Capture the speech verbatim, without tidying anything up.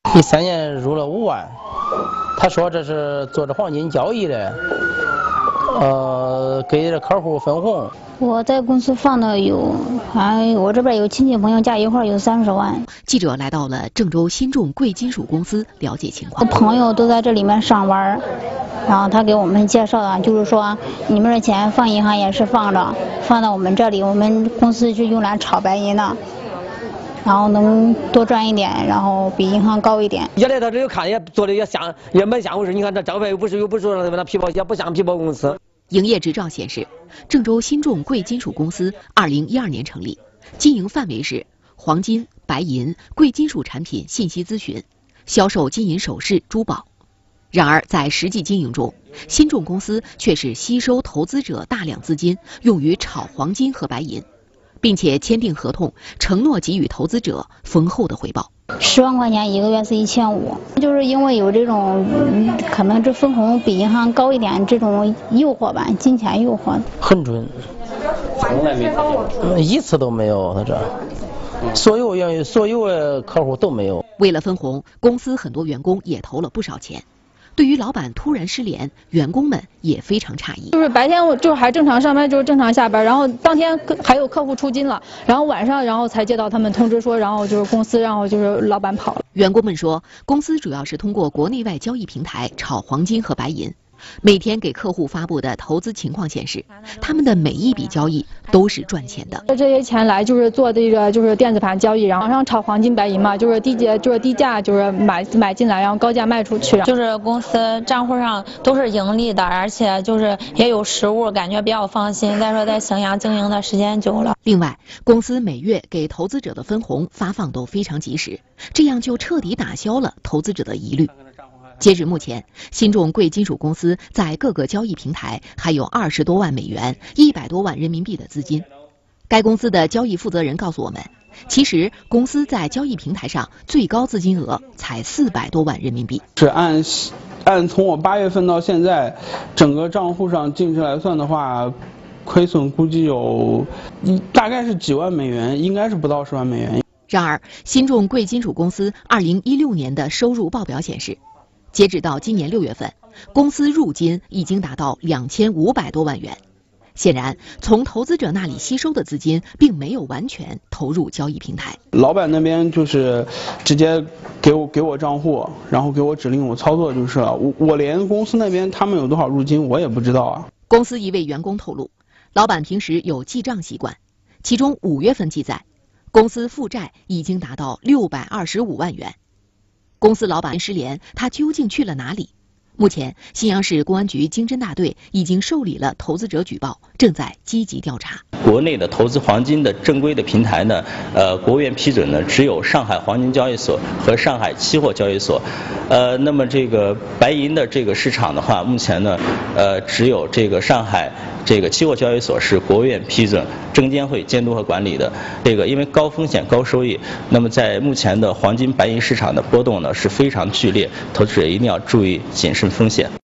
一三年入了五万，他说这是做着黄金交易的，呃，给这客户分红。 我在公司放的有，还我这边有亲戚朋友加一块有三十万。 记者来到了郑州新众贵金属公司了解情况。 我朋友都在这里面上班，然后他给我们介绍啊，就是说你们的钱放银行也是放着，放到我们这里，我们公司是用来炒白银的。然后能多赚一点，然后比银行高一点。 原来他这个看也做的也像也蛮像回事，你看这招牌又不是又不是让他皮包，也不像皮包公司。 营业执照显示，郑州新众贵金属公司二零一二年成立，经营范围是黄金、白银、贵金属产品信息咨询，销售金银首饰、珠宝。然而，在实际经营中，新众公司却是吸收投资者大量资金，用于炒黄金和白银，并且签订合同，承诺给予投资者丰厚的回报。 十万块钱一个月是一千五，就是因为有这种、嗯、可能这分红比银行高一点这种诱惑吧，金钱诱惑。 很准， 从来没有，一次都没有，他这。所有员所有的客户都没有。 为了分红，公司很多员工也投了不少钱。对于老板突然失联，员工们也非常诧异。 就是白天我就还正常上班，就是正常下班，然后当天还有客户出金了，然后晚上然后才接到他们通知说，然后就是公司，然后就是老板跑了。 员工们说，公司主要是通过国内外交易平台炒黄金和白银。每天给客户发布的投资情况显示，他们的每一笔交易都是赚钱的。 这些钱来就是做这个就是电子盘交易，然后网上炒黄金白银嘛，就是低价就是低价就是买买进来，然后高价卖出去。 就是公司账户上都是盈利的，而且就是也有实物，感觉比较放心。再说在荥阳经营的时间久了。 另外，公司每月给投资者的分红发放都非常及时，这样就彻底打消了投资者的疑虑。截至目前，新众贵金属公司在各个交易平台还有二十多万美元、一百多万人民币的资金。该公司的交易负责人告诉我们，其实公司在交易平台上最高资金额才四百多万人民币。 是按按从我八月份到现在，整个账户上净值来算的话，亏损估计有大概是几万美元，应该是不到十万美元。 然而，新众贵金属公司二零一六年的收入报表显示，截止到今年六月份，公司入金已经达到两千五百多万元。显然，从投资者那里吸收的资金并没有完全投入交易平台。 老板那边就是直接给我给我账户，然后给我指令我操作就是了。我我连公司那边他们有多少入金我也不知道啊。 公司一位员工透露，老板平时有记账习惯，其中五月份记载，公司负债已经达到六百二十五万元。公司老板失联，他究竟去了哪里？目前，信阳市公安局经侦大队已经受理了投资者举报，正在积极调查。 国内的投资黄金的正规的平台呢，呃，国务院批准呢，只有上海黄金交易所和上海期货交易所。呃，那么这个白银的这个市场的话，目前呢，呃，只有这个上海这个期货交易所是国务院批准、证监会监督和管理的。这个因为高风险高收益，那么在目前的黄金白银市场的波动呢是非常剧烈，投资者一定要注意谨慎风险。